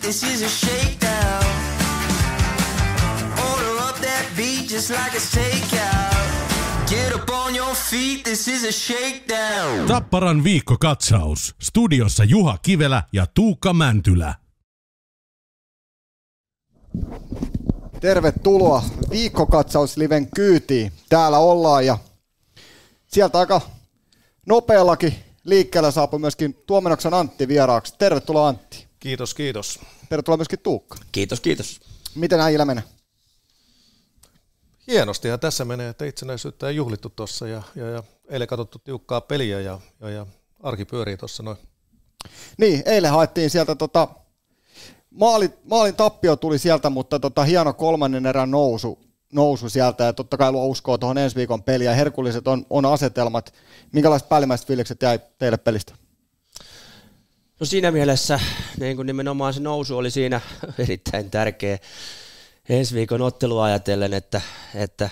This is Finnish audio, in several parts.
this is a shakedown. Order up that beat just like a takeout. Get up on your feet, this is a shakedown. Tapparan viikkokatsaus. Studiossa Juha Kivelä ja Tuukka Mäntylä. Tervetuloa viikkokatsausliven kyytiin. Täällä ollaan ja sieltä aika nopeallakin liikkeellä saapui myöskin Tuomenoksan Antti vieraaksi. Tervetuloa Antti. Kiitos, kiitos. Tervetuloa myöskin Tuukka. Kiitos, kiitos. Miten äijillä menee? Hienostihan tässä menee, että itsenäisyyttä ei juhlittu tuossa ja eilen katsottu tiukkaa peliä ja arki pyörii tuossa noin. Niin, eilen haettiin sieltä maalin tappio tuli sieltä, mutta hieno kolmannen erän nousu sieltä ja totta kai luo uskoa tuohon ensi viikon peliä ja herkulliset on asetelmat. Minkälaiset päällimmäiset fiilikset jäi teille pelistä? No siinä mielessä niin kuin nimenomaan se nousu oli siinä erittäin tärkeä ensi viikon ottelua ajatellen, että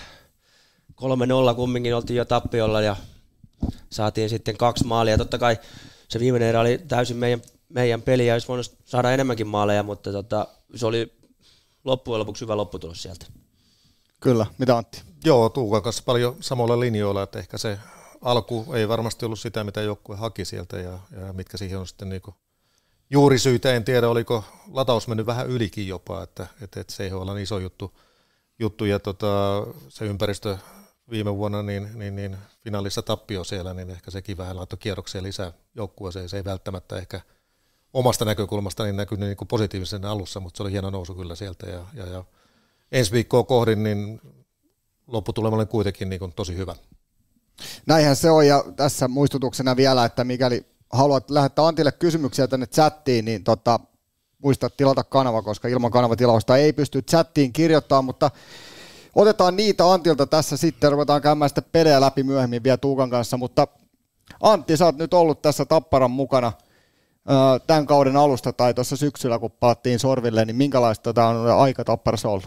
3-0 kumminkin oltiin jo tappiolla ja saatiin sitten 2 maalia. Totta kai se viimeinen erä oli täysin meidän peli ja olisi voinut saada enemmänkin maaleja, mutta se oli loppujen lopuksi hyvä lopputulos sieltä. Kyllä, mitä Antti? Joo, Tuukan kanssa paljon samoilla linjoilla, että ehkä se alku ei varmasti ollut sitä, mitä joukkue haki sieltä ja mitkä siihen on sitten niinku juurisyitä, en tiedä oliko lataus mennyt vähän ylikin jopa, että CHL on iso juttu ja se ympäristö viime vuonna niin finaalissa tappio siellä, niin ehkä sekin vähän laittoi kierroksia lisää joukkueeseen, se ei välttämättä ehkä omasta näkökulmasta niin näkynyt niin kuin positiivisen alussa, mutta se oli hieno nousu kyllä sieltä ja ensi viikkoa kohdin, niin lopputulema oli kuitenkin niin kuin tosi hyvä. Näinhän se on ja tässä muistutuksena vielä, että mikäli haluat lähettää Antille kysymyksiä tänne chattiin, niin muista tilata kanava, koska ilman kanavatilausta ei pysty chattiin kirjoittamaan, mutta otetaan niitä Antilta tässä sitten, ruvetaan käymään sitten pelejä läpi myöhemmin vielä Tuukan kanssa, mutta Antti, sä oot nyt ollut tässä Tapparan mukana tämän kauden alusta tai tuossa syksyllä, kun paattiin sorville, niin minkälaista tämä on aika Tapparassa ollut?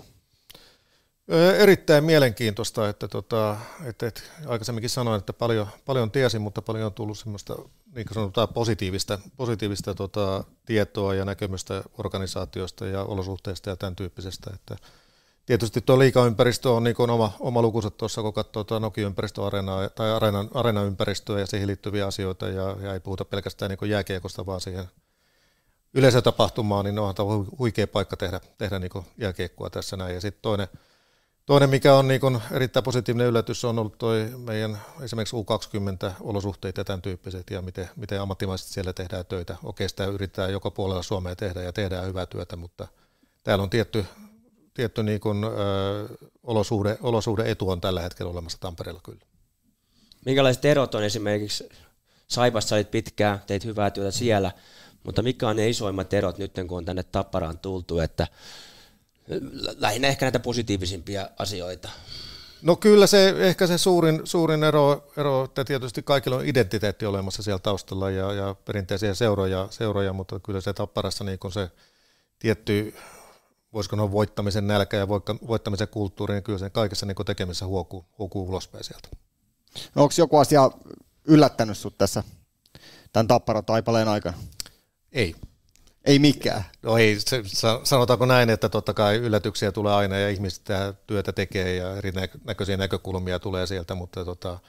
Erittäin mielenkiintoista, että aikaisemminkin sanoin, että paljon tiesin, mutta paljon on tullut semmoista niin kuin sanotaan positiivista tietoa ja näkemystä organisaatiosta ja olosuhteista ja tämän tyyppisestä. Että tietysti tuo liigaympäristö on niin kuin oma lukunsa tuossa, kun katsoo Nokia-ympäristöareenaa tai areenaympäristöä ja siihen liittyviä asioita ja ei puhuta pelkästään niin kuin jääkiekosta, vaan siihen yleisötapahtumaan, niin onhan tämä huikea paikka tehdä niin kuin jääkiekkoa tässä näin. Ja sitten toinen, mikä on niin kuin erittäin positiivinen yllätys, on ollut toi meidän esimerkiksi U20-olosuhteet ja tämän tyyppiset, ja miten ammattimaisesti siellä tehdään töitä. Okei, sitä yritetään joka puolella Suomea tehdä ja tehdään hyvää työtä, mutta täällä on tietty niin kuin, olosuhde-etu on tällä hetkellä olemassa Tampereella kyllä. Minkälaiset erot on esimerkiksi Saipassa olit pitkään, teit hyvää työtä siellä, mutta mitkä on ne isoimmat erot nyt, kun on tänne Tapparaan tultu, että lähinnä ehkä näitä positiivisimpia asioita. No kyllä ehkä se suurin ero, että tietysti kaikilla on identiteetti olemassa siellä taustalla ja perinteisiä seuroja, mutta kyllä se Tapparassa niin kun se tietty, voisiko sanoa voittamisen nälkä ja voittamisen kulttuuri, niin kyllä sen kaikessa niin tekemisessä huokuu ulospäin sieltä. No, onko joku asia yllättänyt sut tässä tämän Tappara-taipaleen aikana? Ei. Ei mikään. No ei, sanotaanko näin, että totta kai yllätyksiä tulee aina ja ihmiset työtä tekee ja erinäköisiä näkökulmia tulee sieltä, mutta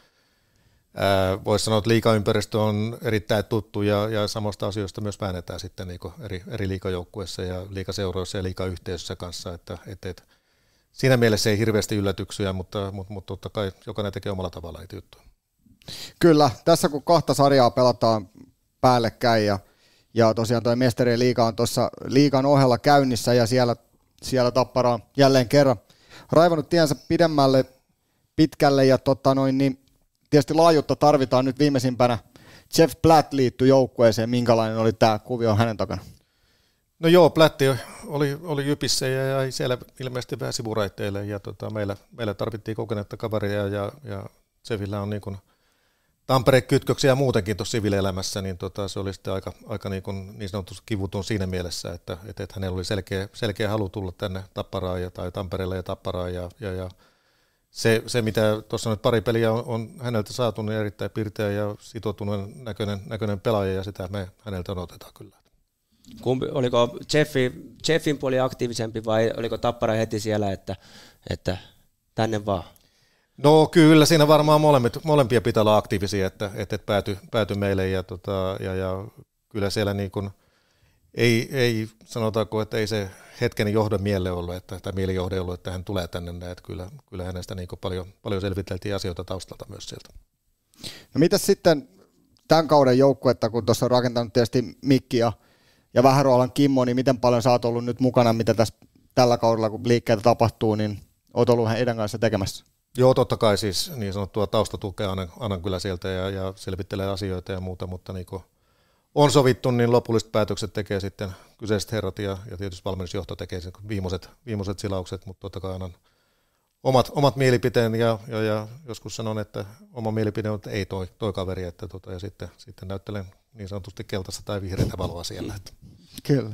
voisi sanoa, että liigaympäristö on erittäin tuttu ja samasta asioista myös väännetään sitten niin eri liigajoukkueissa ja liigaseuroissa ja liigayhteisössä kanssa, että siinä mielessä ei hirveästi yllätyksiä, mutta totta kai jokainen tekee omalla tavallaan niitä juttuja. Kyllä, tässä kun 2 sarjaa pelataan päällekkäin ja tosiaan tuo Mestarien liiga on tuossa liigan ohella käynnissä ja siellä Tappara on jälleen kerran raivannut tiensä pitkälle ja niin tietysti laajuutta tarvitaan nyt viimeisimpänä. Jeff Platt liittyi joukkueeseen, minkälainen oli tämä kuvio hänen takana? No joo, Platti oli Jypissä ja jäi siellä ilmeisesti vähän sivuraiteille ja meillä tarvittiin kokenutta kaveria ja Jeffillä on niin kuin Tampereen kytköksiä muutenkin tuossa siviilielämässä, niin se oli sitten aika niin sanotusti kivuton siinä mielessä, että hänellä oli selkeä halu tulla tänne Tapparaan tai Tampereelle ja Tapparaan ja se mitä tuossa nyt pari peliä on häneltä saatu, niin erittäin pirteä ja sitoutuneen näköinen pelaaja ja sitä me häneltä odotetaan kyllä. Oliko Jeffin puoli aktiivisempi vai oliko Tappara heti siellä, että tänne vaan? No kyllä, siinä varmaan molempia pitää olla aktiivisia, että pääty meille ja kyllä siellä niin kuin ei sanotaanko, että ei se hetken johdon miele ollut, tai mielijohde ollut, että hän tulee tänne, että kyllä hänestä niin kuin paljon selviteltiin asioita taustalta myös sieltä. No mitäs sitten tämän kauden joukkuetta, kun tuossa on rakentanut tietysti Mikki ja Vähäroalan Kimmo, niin miten paljon sä oot ollut nyt mukana, mitä tässä tällä kaudella, kun liikkeitä tapahtuu, niin oot ollut heidän kanssa tekemässä? Joo, totta kai siis niin sanottua taustatukea annan kyllä sieltä ja selvittelee asioita ja muuta, mutta niin kuin on sovittu, niin lopulliset päätökset tekee sitten kyseiset herrat ja tietysti valmennusjohto tekee viimeiset silaukset, mutta totta kai annan omat mielipiteen ja joskus sanon, että oma mielipide on, että ei toi kaveri, että ja sitten näyttelen niin sanotusti keltaista tai vihreätä valoa siellä. Että. Kyllä.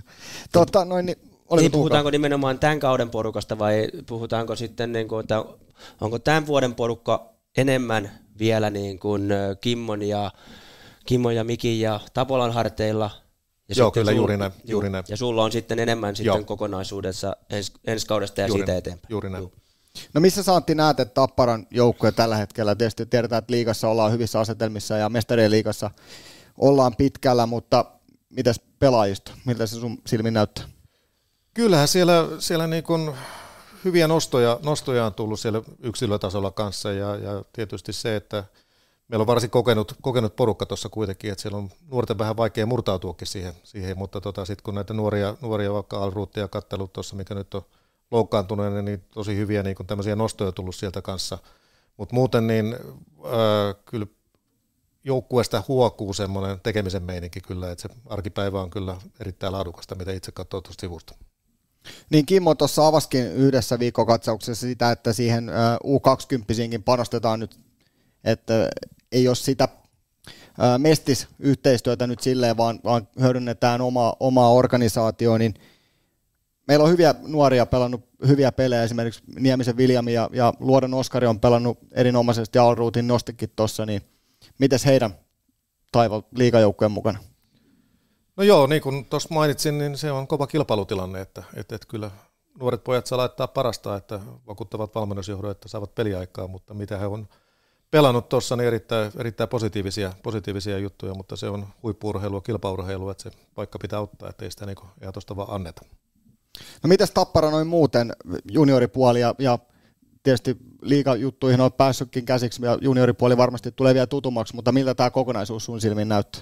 Niin, puhutaanko nimenomaan tämän kauden porukasta vai puhutaanko sitten, niin kuin, että onko tämän vuoden porukka enemmän vielä niin kuin Kimmon ja Mikin ja Tapolan harteilla? Ja joo, kyllä juuri näin. Ja sulla on sitten enemmän sitten kokonaisuudessa ensi kaudesta ja siitä eteenpäin. Juuri näin. No missä sä Antti näet, että Tapparan joukkue tällä hetkellä? Tietysti tiedetään, että liigassa ollaan hyvissä asetelmissa ja mestarien liigassa ollaan pitkällä, mutta mitäs pelaajista? Miltä se sun silmin näyttää? Kyllähän siellä niin kuin hyviä nostoja on tullut siellä yksilötasolla kanssa ja tietysti se, että meillä on varsin kokenut porukka tuossa kuitenkin, että siellä on nuorten vähän vaikea murtautuakin siihen mutta sitten kun näitä nuoria vaikka Alruuttia kattelut tuossa, mikä nyt on loukkaantunut, niin tosi hyviä niin kuin tämmöisiä nostoja tullut sieltä kanssa, mutta muuten niin kyllä joukkueesta huokuu semmoinen tekemisen meininki kyllä, että se arkipäivä on kyllä erittäin laadukasta, mitä itse katsoo tuosta sivusta. Niin Kimmo tuossa avaskin yhdessä viikkokatsauksessa sitä, että siihen U20-siinkin panostetaan nyt, että ei ole sitä mestisyhteistyötä nyt silleen, vaan hyödynnetään omaa organisaatioon, niin meillä on hyviä nuoria pelannut hyviä pelejä, esimerkiksi Niemisen Viljami ja Luodon Oskari on pelannut erinomaisesti ja Alruutin nostikin tuossa, niin mites heidän liigajoukkueen mukana? No joo, niin kuin tuossa mainitsin, niin se on kova kilpailutilanne, että kyllä nuoret pojat saa laittaa parasta, että vakuuttavat valmennusjohdon, että saavat peliaikaa, mutta mitä he on pelannut tuossa, niin erittäin positiivisia juttuja, mutta se on huippu-urheilua, kilpaurheilua, että se paikka pitää ottaa, ettei sitä niin ihan tuosta vaan anneta. No mitäs Tappara noin muuten, junioripuoli ja tietysti liigajuttuihin on päässytkin käsiksi ja junioripuoli varmasti tulee vielä tutummaksi, mutta miltä tämä kokonaisuus sun silmin näyttää?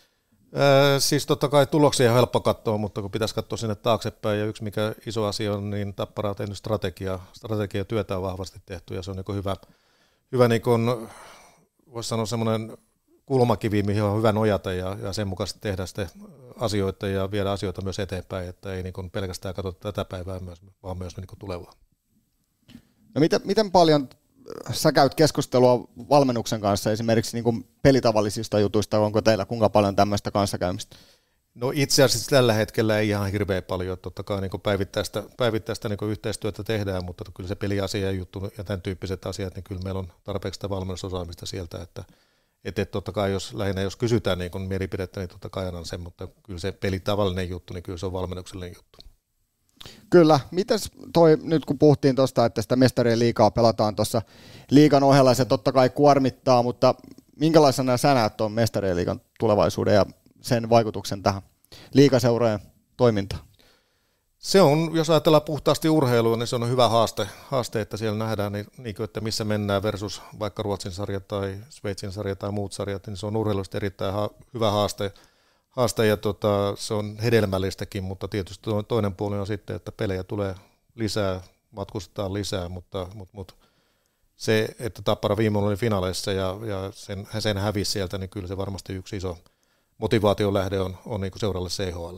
Siis totta kai tuloksia on helppo katsoa, mutta kun pitäisi katsoa sinne taaksepäin ja yksi mikä iso asia on, niin Tappara on tehnyt strategiatyötä on vahvasti tehty ja se on niin hyvä niin kuin, voisi sanoa semmoinen kulmakivi, mihin on hyvä nojata ja sen mukaisesti tehdä sitten asioita ja viedä asioita myös eteenpäin, että ei niin kuin pelkästään katsota tätä päivää vaan myös niin kuin tulevaa. No miten paljon sä käyt keskustelua valmennuksen kanssa esimerkiksi niin kuin pelitavallisista jutuista, onko teillä kuinka paljon tämmöistä kanssakäymistä? No itse asiassa tällä hetkellä ei ihan hirveän paljon, totta kai niin kuin päivittäistä niin kuin yhteistyötä tehdään, mutta kyllä se peliasia juttu ja tämän tyyppiset asiat, niin kyllä meillä on tarpeeksi sitä valmennusosaamista sieltä, että totta kai jos kysytään niin kuin mielipidettä, niin totta kai annan sen, mutta kyllä se pelitavallinen juttu, niin kyllä se on valmennuksellinen juttu. Kyllä. Mites nyt kun puhuttiin tuosta, että sitä mestarien liigaa pelataan tuossa liigan ohella, se totta kai kuormittaa, mutta minkälaisena sä näet tuon mestarien liigan tulevaisuuden ja sen vaikutuksen tähän liigaseurojen toimintaan? Se on, jos ajatellaan puhtaasti urheilua, niin se on hyvä haaste että siellä nähdään, niin että missä mennään versus vaikka Ruotsin sarja tai Sveitsin sarja tai muut sarjat, niin se on urheilullisesti erittäin hyvä haaste ja se on hedelmällistäkin, mutta tietysti toinen puoli on sitten, että pelejä tulee lisää, matkustetaan lisää, mutta se, että Tappara viime oli finaaleissa ja sen hävisi sieltä, niin kyllä se varmasti yksi iso motivaation lähde on niin kuin seuralle CHL.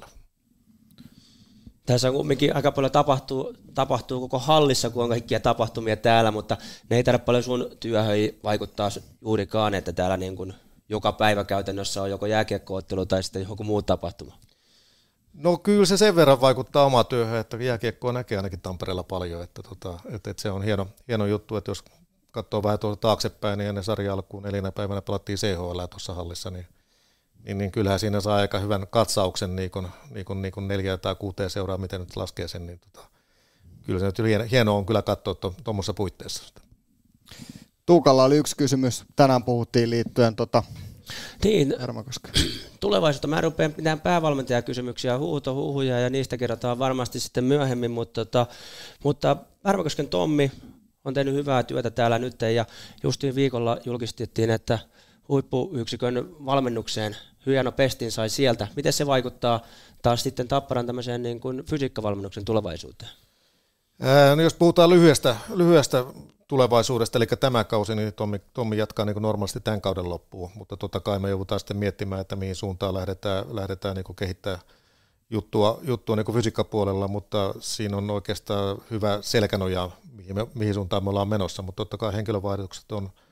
Tässä on kumminkin aika paljon tapahtuu koko hallissa, kun on kaikkia tapahtumia täällä, mutta ne ei tarvitse paljon sun työhön vaikuttaa juurikaan, että täällä niin kuin joka päivä käytännössä on joko jääkiekkoottelu tai sitten joku muu tapahtuma. No kyllä se sen verran vaikuttaa omaan työhön, että jääkiekkoa näkee ainakin Tampereella paljon, että se on hieno juttu, että jos katsoo vähän tuolta taaksepäin, niin ennen sarja alkuun 4. päivänä pelattiin CHL tuossa hallissa, niin niin kyllähän siinä saa aika hyvän katsauksen niin kuin 4 tai 6 seuraa, miten nyt laskee sen, niin kyllä se nyt hienoa on kyllä katsoa tuommoisessa puitteissa. Tuukalla oli yksi kysymys, tänään puhuttiin liittyen Niin, tulevaisuutta. Mä rupean pitämään päävalmentajakysymyksiä, huuhuja ja niistä kerrotaan varmasti sitten myöhemmin, mutta Värmäkosken Tommi on tehnyt hyvää työtä täällä nyt ja justiin viikolla julkistettiin, että huippuyksikön valmennukseen hieno pestin sai sieltä. Miten se vaikuttaa taas sitten Tapparan tämmöiseen niin kuin fysiikkavalmennuksen tulevaisuuteen? No jos puhutaan lyhyestä tulevaisuudesta, eli tämä kausi, niin Tommi jatkaa niin kuin normaalisti tämän kauden loppuun, mutta totta kai me joudutaan sitten miettimään, että mihin suuntaan lähdetään niin kuin kehittää juttua niin kuin fysiikkapuolella, mutta siinä on oikeastaan hyvä selkänoja, mihin suuntaan me ollaan menossa, mutta totta kai henkilövaihdokset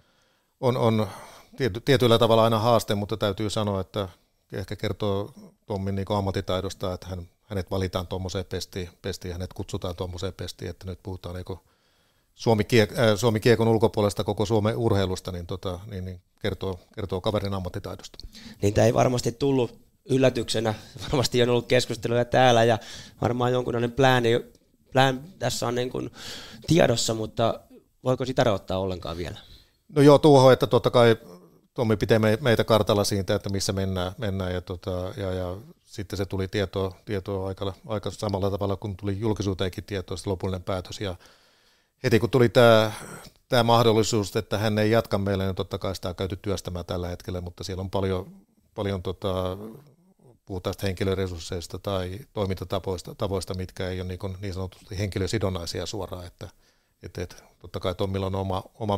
on tietyllä tavalla aina haaste, mutta täytyy sanoa, että ehkä kertoo Tommin niin kuin ammattitaidosta, että hänet valitaan tuommoiseen pestiin, hänet kutsutaan tuommoiseen pestiin, että nyt puhutaan niin kuin Suomi kiekon ulkopuolesta koko Suomen urheilusta, niin kertoo kaverin ammattitaidosta. Niin tämä ei varmasti tullut yllätyksenä, varmasti on ollut keskusteluja täällä ja varmaan jonkunlainen plan tässä on niin kuin tiedossa, mutta voiko sitä rajoittaa ollenkaan vielä? No joo, tuohon, että totta kai Tommi pitää meitä kartalla siitä, että missä mennään ja sitten se tuli tietoa aika samalla tavalla, kun tuli julkisuuteenkin tietoa, lopullinen päätös ja heti kun tuli tämä mahdollisuus, että hän ei jatka meille, niin totta kai sitä on käyty työstämään tällä hetkellä, mutta siellä on paljon puhutaan henkilöresursseista tai toimintatavoista, mitkä ei ole niin sanotusti henkilösidonnaisia suoraan, että totta kai Tommilla on oma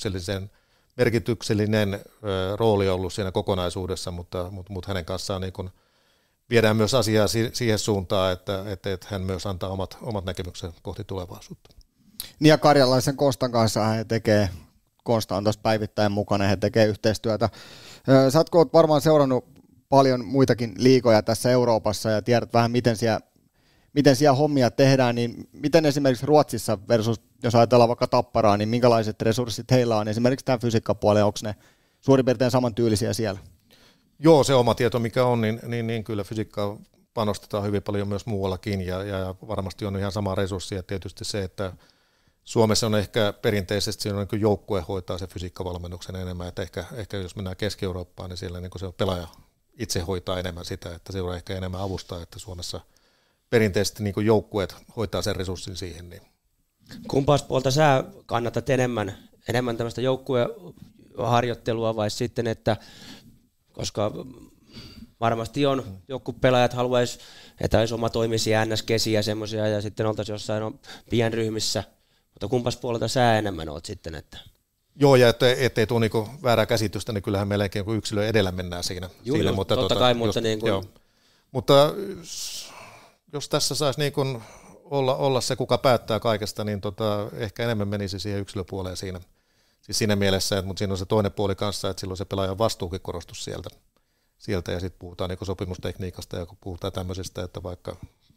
merkityksellinen rooli ollut siinä kokonaisuudessa, mutta hänen kanssaan niin viedään myös asiaa siihen suuntaan, että hän myös antaa omat näkemykset kohti tulevaisuutta. Niin ja Karjalaisen Kostan kanssa he tekee, Konsta on tuossa päivittäin mukana, he tekee yhteistyötä. Sä oot varmaan seurannut paljon muitakin liigoja tässä Euroopassa ja tiedät vähän, miten siellä hommia tehdään, niin miten esimerkiksi Ruotsissa versus, jos ajatellaan vaikka Tapparaa, niin minkälaiset resurssit heillä on esimerkiksi tämän fysiikkapuolella, onko ne suurin piirtein samantyylisiä siellä? Joo, se oma tieto mikä on, niin kyllä fysiikkaa panostetaan hyvin paljon myös muuallakin ja varmasti on ihan sama resurssi ja tietysti se, että Suomessa on ehkä perinteisesti siinä on niin joukkue hoitaa se fysiikkavalmennuksen enemmän, että ehkä jos mennään Keski-Eurooppaan, niin siellä niin se pelaaja itse hoitaa enemmän sitä, että se on ehkä enemmän avustaa, että Suomessa perinteisesti niin joukkueet hoitaa sen resurssin siihen. Niin. Kumpaasta puolta sä kannatat enemmän tämmöistä joukkueharjoittelua vai sitten, että koska varmasti on, joku pelaajat haluaisi, että olisi oma toimisia NS-kesiä semmoisia ja sitten oltaisiin jossain pienryhmissä, mutta kumpas puolelta sä enemmän oot sitten? Että... Joo, ja ettei tule niinku väärää käsitystä, niin kyllähän melkein kun yksilö edellä mennään siinä. Joo, mutta totta kai, mutta niin kuin... Mutta jos tässä saisi niin kuin olla se, kuka päättää kaikesta, niin ehkä enemmän menisi siihen yksilöpuoleen siinä. Siis siinä mielessä, mutta siinä on se toinen puoli kanssa, että silloin se pelaajan vastuukin korostus sieltä ja sitten puhutaan niin sopimustekniikasta ja kun puhutaan tämmöisestä, että vaikka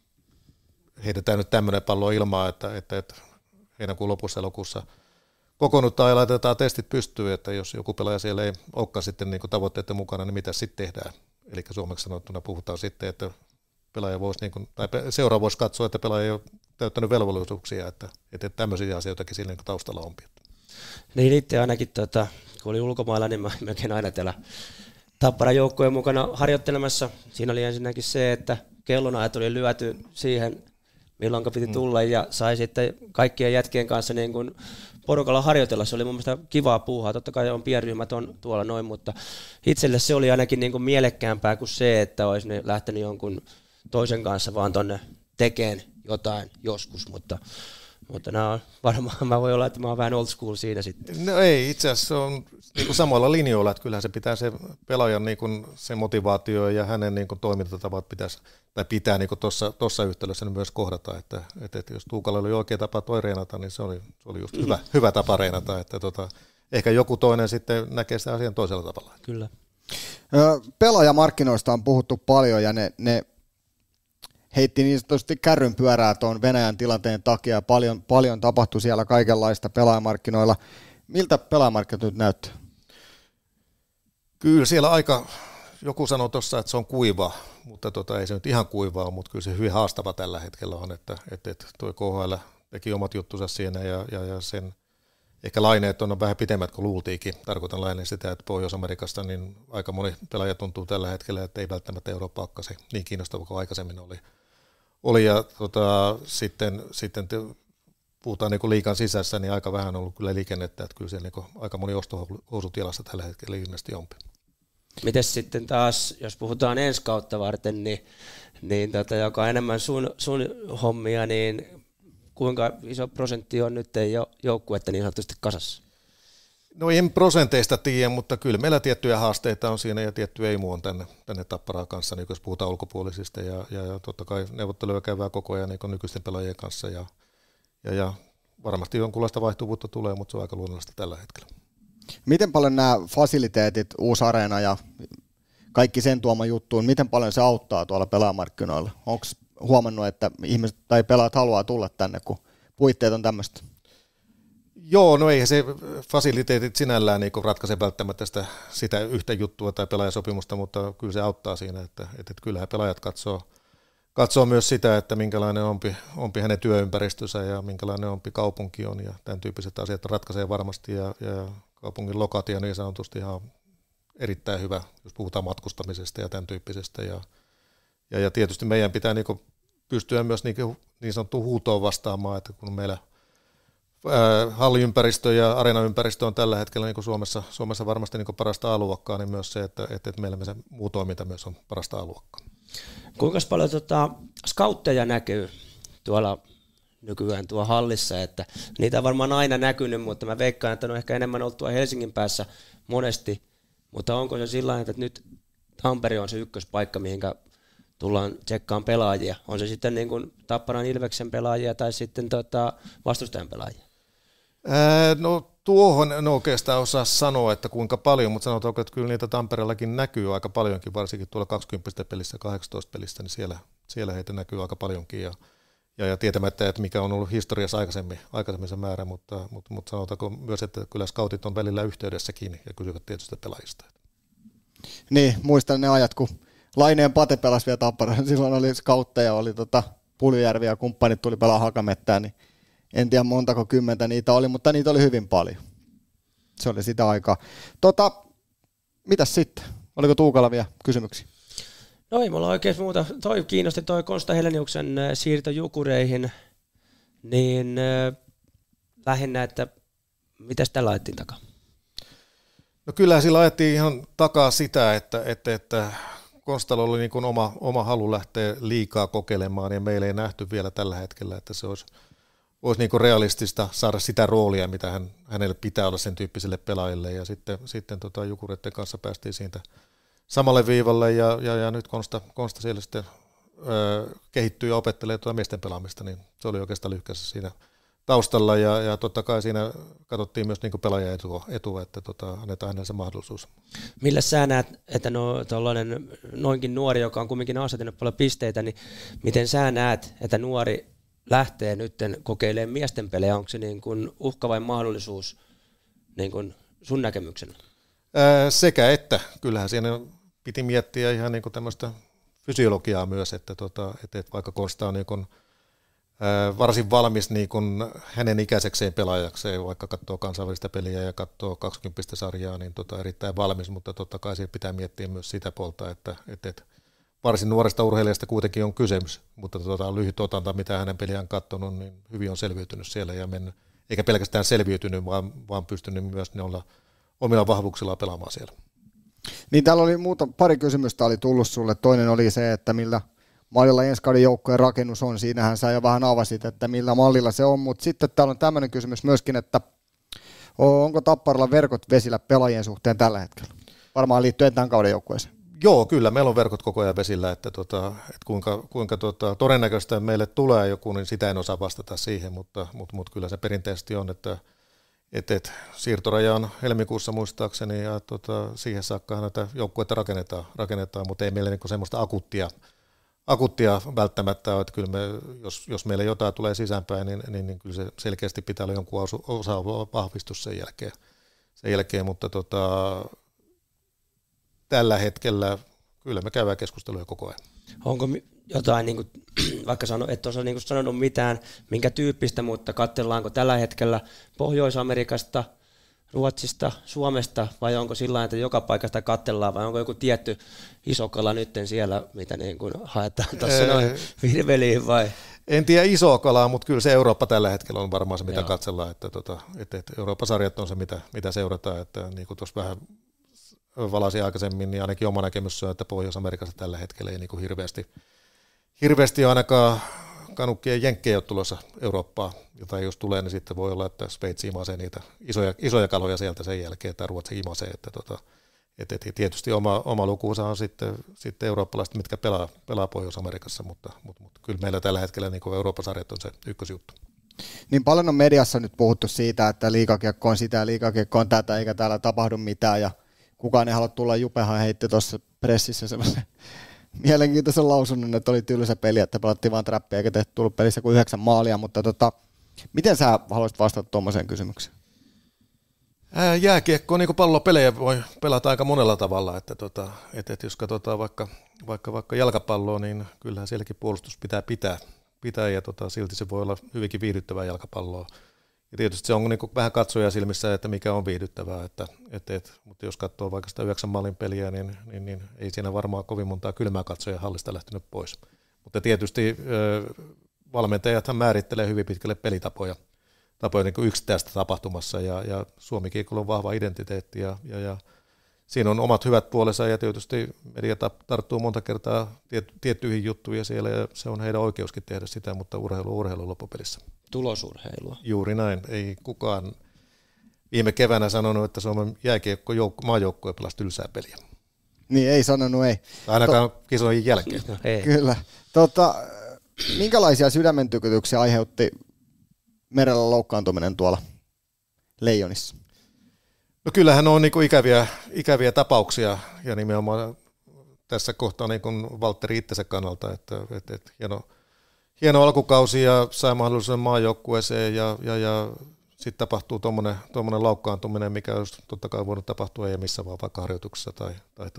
heitetään nyt tämmöinen pallo ilmaa, että heinäkuun lopussa elokuussa kokoonnutaan ja laitetaan testit pystyyn, että jos joku pelaaja siellä ei olekaan sitten niin tavoitteiden mukana, niin mitä sitten tehdään? Eli suomeksi sanottuna puhutaan sitten, että pelaaja voisi, niin kuin, tai seura voisi katsoa, että pelaaja ei ole täyttänyt velvollisuuksia, että tämmöisiä asioitakin siinä niin taustalla on. Niin itse ainakin, kun oli ulkomailla, niin mä melkein aina täällä Tapparan joukkojen mukana harjoittelemassa. Siinä oli ensinnäkin se, että kellonajat oli lyöty siihen, milloin piti tulla, ja sai sitten kaikkien jätkien kanssa niin kuin porukalla harjoitella. Se oli mun mielestä kivaa puuhaa. Totta kai on pienryhmät on tuolla noin, mutta itselle se oli ainakin niin kuin mielekkäämpää kuin se, että olisi lähtenyt jonkun toisen kanssa vaan tonne tekeen jotain joskus, mutta nämä on varmaan, mä voi olla, että mä oon vähän old school siinä sitten. No ei, itse asiassa se on niin kuin samoilla linjoilla, että kyllähän se pitää se pelaajan niin kuin se motivaatio ja hänen niin kuin toimintatavat pitää niin kuin tuossa yhtälössä myös kohdata, että jos Tuukalla oli oikea tapa toi reenata, niin se oli just hyvä tapa reenata, että ehkä joku toinen sitten näkee sitä asian toisella tavalla. Kyllä. Pelaajamarkkinoista on puhuttu paljon ja ne heitti niin sanotusti kärryn pyörää tuon Venäjän tilanteen takia. Paljon tapahtui siellä kaikenlaista pelaajamarkkinoilla. Miltä pelaajamarkkinat nyt näyttää? Kyllä siellä joku sanoi tuossa, että se on kuiva, mutta ei se nyt ihan kuivaa, mutta kyllä se hyvin haastava tällä hetkellä on, että tuo KHL teki omat juttunsa siinä ja sen ehkä laineet on vähän pitemmät kuin luultiinkin. Tarkoitan laineen sitä, että Pohjois-Amerikasta niin aika moni pelaaja tuntuu tällä hetkellä, että ei välttämättä Eurooppa ole se niin kiinnostava kuin aikaisemmin oli ja sitten puhutaan niin liigan sisässä, niin aika vähän on ollut kyllä liikennettä, että kyllä siellä niin aika moni ostohousut jalassa tällä hetkellä ilmeisesti on. Mites sitten taas, jos puhutaan ensi kautta varten, niin joka on enemmän sun hommia, niin kuinka iso prosentti on nyt joukkuetta niin sanotusti kasassa? No en prosenteista tiedä, mutta kyllä meillä tiettyjä haasteita on siinä ja tietty eimu on tänne Tapparaan kanssa, niin jos puhutaan ulkopuolisista ja totta kai neuvotteluja käydään koko ajan niin nykyisten pelaajien kanssa ja varmasti jonkunlaista vaihtuvuutta tulee, mutta se on aika luonnollista tällä hetkellä. Miten paljon nämä fasiliteetit, uusi areena ja kaikki sen tuoma juttuun, miten paljon se auttaa tuolla pelaajamarkkinoilla? Onko huomannut, että ihmiset tai pelaajat haluaa tulla tänne, kun puitteet on tämmöistä? Joo, no eihän se fasiliteetit sinällään niin ratkaise välttämättä sitä yhtä juttua tai pelaajasopimusta, mutta kyllä se auttaa siinä, että kyllähän pelaajat katsoo myös sitä, että minkälainen ompi hänen työympäristönsä ja minkälainen ompi kaupunki on ja tämän tyyppiset asiat ratkaisee varmasti ja kaupungin lokaatio niin sanotusti ihan erittäin hyvä, jos puhutaan matkustamisesta ja tämän tyyppisestä ja tietysti meidän pitää niin pystyä myös niin sanottuun huutoon vastaamaan, että kun meillä halliympäristö ja areenaympäristö on tällä hetkellä niin Suomessa varmasti niin parasta A-luokkaa, niin myös se, että meillä se muu toiminta myös on parasta A-luokkaa. Kuinka paljon scoutteja näkyy tuolla nykyään tuo hallissa, että niitä on varmaan aina näkynyt, mutta mä veikkaan, että ne on ehkä enemmän ollut tuolla Helsingin päässä monesti, mutta onko se sillä tavalla, että nyt Tampere on se ykköspaikka, mihinkä tullaan tsekkaamaan pelaajia, on se sitten niin kuin Tapparan Ilveksen pelaajia tai sitten vastustajan pelaajia? No tuohon en oikeastaan osaa sanoa, että kuinka paljon, mutta sanotaan, että kyllä niitä Tampereellakin näkyy aika paljonkin, varsinkin tuolla 20 pelissä ja 18 pelissä, niin siellä heitä näkyy aika paljonkin ja tietämättä, että mikä on ollut historiassa aikaisemmin se määrä, mutta sanotaanko myös, että kyllä scoutit on välillä yhteydessäkin ja kysyvät tietysti pelaajista. Niin, muistan ne ajat, kun Laineen Pate pelasi vielä Tapparaan, silloin oli scoutteja, oli Puljujärvi ja kumppanit tuli pelaa Hakamettään, niin en tiedä montako kymmentä niitä oli, mutta niitä oli hyvin paljon. Se oli sitä aikaa. Mitäs sitten? Oliko Tuukalla vielä kysymyksiä? No ei mulla oikein muuta. Toi kiinnosti toi Konsta Heleniuksen siirto Jukureihin, niin lähinnä, että mitäs tällä ajettiin takaa? No kyllä sillä ajettiin ihan takaa sitä, että Konstalla oli niin kuin oma halu lähteä liikaa kokeilemaan ja meillä ei nähty vielä tällä hetkellä, että se olisi niin kuin realistista saada sitä roolia, mitä hänelle pitää olla sen tyyppiselle pelaajille ja sitten Jukureiden kanssa päästiin siitä samalle viivalle ja nyt Konsta siellä sitten kehittyy ja opettelee miesten pelaamista, niin se oli oikeastaan lyhkässä siinä taustalla ja totta kai siinä katsottiin myös niin pelaajan etua, että annetaan hänelle se mahdollisuus. Millä sä näet, että noinkin nuori, joka on kumminkin asetinut paljon pisteitä, niin miten sä näet, että nuori lähtee nyt kokeilemaan miesten pelejä, onko se niin kuin uhka vai mahdollisuus niin kuin sun näkemyksenä? Sekä että, kyllähän siinä piti miettiä ihan niin kuin tämmöistä fysiologiaa myös, että vaikka Konsta on niin kuin varsin valmis niin kuin hänen ikäisekseen pelaajakseen, vaikka katsoo kansainvälistä peliä ja katsoo 20-sarjaa, niin erittäin valmis, mutta totta kai siinä pitää miettiä myös sitä puolta, että varsin nuoresta urheilijasta kuitenkin on kysymys, mutta lyhyt otanta, mitä hänen peliään katsonut, niin hyvin on selviytynyt siellä ja mennyt, eikä pelkästään selviytynyt, vaan pystynyt myös noilla omilla vahvuuksilla pelaamaan siellä. Niin täällä oli pari kysymystä oli tullut sulle. Toinen oli se, että millä mallilla ensi kauden joukkojen rakennus on. Siinähän sä jo vähän avasit, että millä mallilla se on, mutta sitten täällä on tämmöinen kysymys myöskin, että onko Tapparalla verkot vesillä pelaajien suhteen tällä hetkellä? Varmaan liittyen tämän kauden joukkueeseen. Joo, kyllä meillä on verkot koko ajan vesillä, että kuinka todennäköistä meille tulee joku, niin sitä en osaa vastata siihen, mutta kyllä se perinteisesti on, että siirtoraja on helmikuussa muistaakseni ja siihen saakka näitä joukkueita rakennetaan, mutta ei meillä niinku semmoista akuuttia välttämättä ole, että kyllä jos meille jotain tulee sisäänpäin, niin kyllä se selkeästi pitää olla jonkun vahvistus sen jälkeen, mutta tällä hetkellä kyllä me käydään keskusteluja koko ajan. Onko jotain, niin kuin, vaikka et ole niin sanonut mitään, minkä tyyppistä, mutta katsellaanko tällä hetkellä Pohjois-Amerikasta, Ruotsista, Suomesta, vai onko sillä tavalla, että joka paikasta katsellaan, vai onko joku tietty iso kala nytten siellä, mitä niin kuin haetaan tuossa noin virveliin, vai? En tiedä isoa kalaa, mutta kyllä se Eurooppa tällä hetkellä on varmaan se, mitä katsellaan, että Eurooppa-sarjat on se, mitä seurataan, että niin kuin tuossa vähän valasin aikaisemmin, niin ainakin oma näkemys on, että Pohjois-Amerikassa tällä hetkellä ei niin kuin hirveästi ainakaan kanukkien jenkkejä ole tulossa Eurooppaan, jota jos tulee, niin sitten voi olla, että Sveitsi imasee niitä isoja kaloja sieltä sen jälkeen, että Ruotsi imasee, että tietysti oma lukuunsa on sitten eurooppalaiset, mitkä pelaa Pohjois-Amerikassa, mutta kyllä meillä tällä hetkellä niin kuin Eurooppa-sarjat on se ykkösjuttu. Niin paljon on mediassa nyt puhuttu siitä, että liigakiekko on sitä ja liigakiekko on tätä, eikä täällä tapahdu mitään, ja kukaan ei halua tulla. Jupehan heitti tuossa pressissä sellaisen mielenkiintoisen lausunnon, että oli tylsä peli, että pelattiin vaan trappia eikä tehty tullut pelissä kuin 9 maalia, mutta miten sä haluaisit vastata tuommoiseen kysymykseen? Jääkiekko on niin kuin pallopelejä voi pelata aika monella tavalla, että jos katsotaan vaikka jalkapalloa, niin kyllähän sielläkin puolustus pitää ja silti se voi olla hyvinkin viihdyttävää jalkapalloa. Ja tietysti se on niin kuin vähän katsoja silmissä, että mikä on viihdyttävää, mutta jos katsoo vaikka sitä 9 maalin peliä, niin ei siinä varmaan kovin montaa kylmää katsoja hallista lähtenyt pois. Mutta tietysti valmentajathan määrittelee hyvin pitkälle pelitapoja niin kuin yksittäistä tapahtumassa, ja Suomi-kiekkoilla on vahva identiteetti, ja siinä on omat hyvät puolensa, ja tietysti media tarttuu monta kertaa tiettyihin juttuihin siellä, ja se on heidän oikeuskin tehdä sitä, mutta urheilu loppupelissä. Tulosurheilua. Juuri näin. Ei kukaan viime keväänä sanonut, että Suomen maajoukkue pelasi tylsää peliä. Niin, ei sanonut, ei. Ainakaan kisojen jälkeen. No, ei. Kyllä. Minkälaisia sydämentykytyksiä aiheutti merellä loukkaantuminen tuolla Leijonissa? No kyllähän on niin kuin ikäviä tapauksia, ja nimenomaan tässä kohtaa niin kuin Valtteri itsensä kannalta, että hieno alkukausi ja sai mahdollisuuden maajoukkueeseen, ja sitten tapahtuu tuommoinen loukkaantuminen, mikä olisi totta kai voinut tapahtua ei missä vaan, vaikka harjoituksessa tai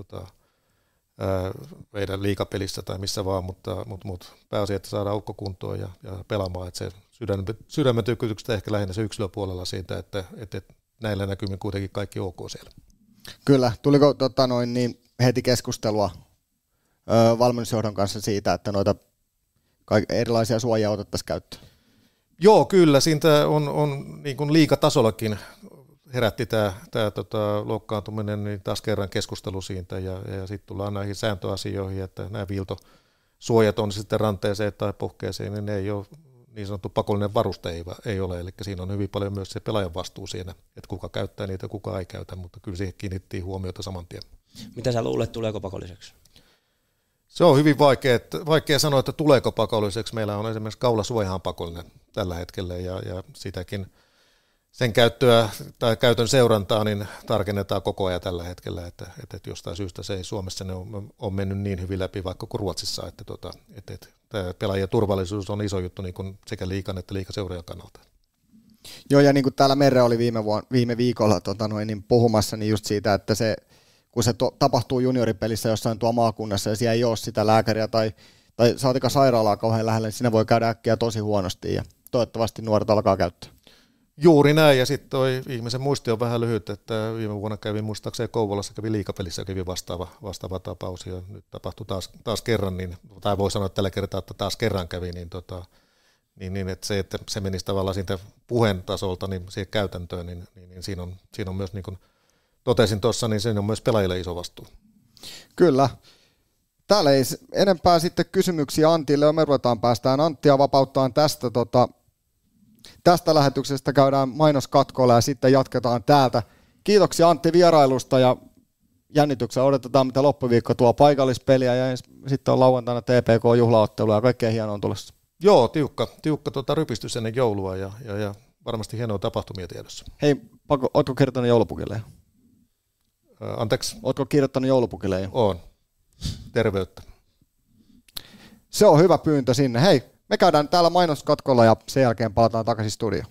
meidän liigapelissä tai missä vaan, mutta pääasia, että saadaan ukko kuntoon ja pelaamaan, että se sydämen tykytykset ehkä lähinnä se yksilöpuolella siitä, että näillä näkymin kuitenkin kaikki ok siellä. Kyllä. Tuliko heti keskustelua valmennusjohdon kanssa siitä, että noita erilaisia suojia otettaisiin käyttöön? Joo, kyllä. Siitä on niin kuin liigatasollakin herätti tämä loukkaantuminen, niin taas kerran keskustelu siitä, ja sitten tullaan näihin sääntöasioihin, että nämä viiltosuojat on sitten ranteeseen tai pohkeeseen, niin ne ei ole niin sanottu pakollinen varuste ei ole, eli siinä on hyvin paljon myös se pelaajan vastuu siinä, että kuka käyttää niitä ja kuka ei käytä, mutta kyllä siihen kiinnittiin huomiota saman tien. Mitä sä luulet, tuleeko pakolliseksi? Se on hyvin vaikea sanoa, että tuleeko pakolliseksi. Meillä on esimerkiksi kaulasuojahan pakollinen tällä hetkellä, ja sitäkin sen käyttöä tai käytön seurantaa niin tarkennetaan koko ajan tällä hetkellä, että jostain syystä se ei Suomessa on mennyt niin hyvin läpi vaikka kuin Ruotsissa, että tämä pelaajien turvallisuus on iso juttu niin kuin sekä liigan että liigaseurojen kannalta. Joo, ja niin kuin täällä Merre oli viime viikolla puhumassa, niin just siitä, että kun se tapahtuu junioripelissä jossain tuo maakunnassa ja siellä ei ole sitä lääkäriä tai saatika sairaalaa kauhean lähellä, niin siinä voi käydä äkkiä tosi huonosti, ja toivottavasti nuoret alkaa käyttää. Juuri näin, ja sitten toi ihmisen muisti on vähän lyhyt, että viime vuonna muistaakseni Kouvolassa liigapelissä vastaava tapaus, ja nyt tapahtui taas kerran, tai voi sanoa että tällä kertaa, että taas kerran kävi, niin että se menisi tavallaan siitä puheen tasolta niin siihen käytäntöön, niin siinä on myös, niin kuin totesin tuossa, niin siinä on myös pelaajille iso vastuu. Kyllä. Täällä ei enempää sitten kysymyksiä Antille, me päästään Anttia vapauttaan tästä lähetyksestä, käydään mainoskatkolla ja sitten jatketaan täältä. Kiitoksia Antti vierailusta, ja jännityksellä odotetaan, mitä loppuviikko tuo paikallispeliä, ja sitten on lauantaina TPK-juhlaottelu ja kaikkea hienoa on tulossa. Joo, tiukka rypistys ennen joulua ja varmasti hienoa tapahtumia tiedossa. Hei, ootko kirjoittanut joulupukille? Anteeksi? Ootko kirjoittanut joulupukille jo? Oon. Terveyttä. Se on hyvä pyyntö sinne. Hei, me käydään täällä mainoskatkolla ja sen jälkeen palataan takaisin studioon.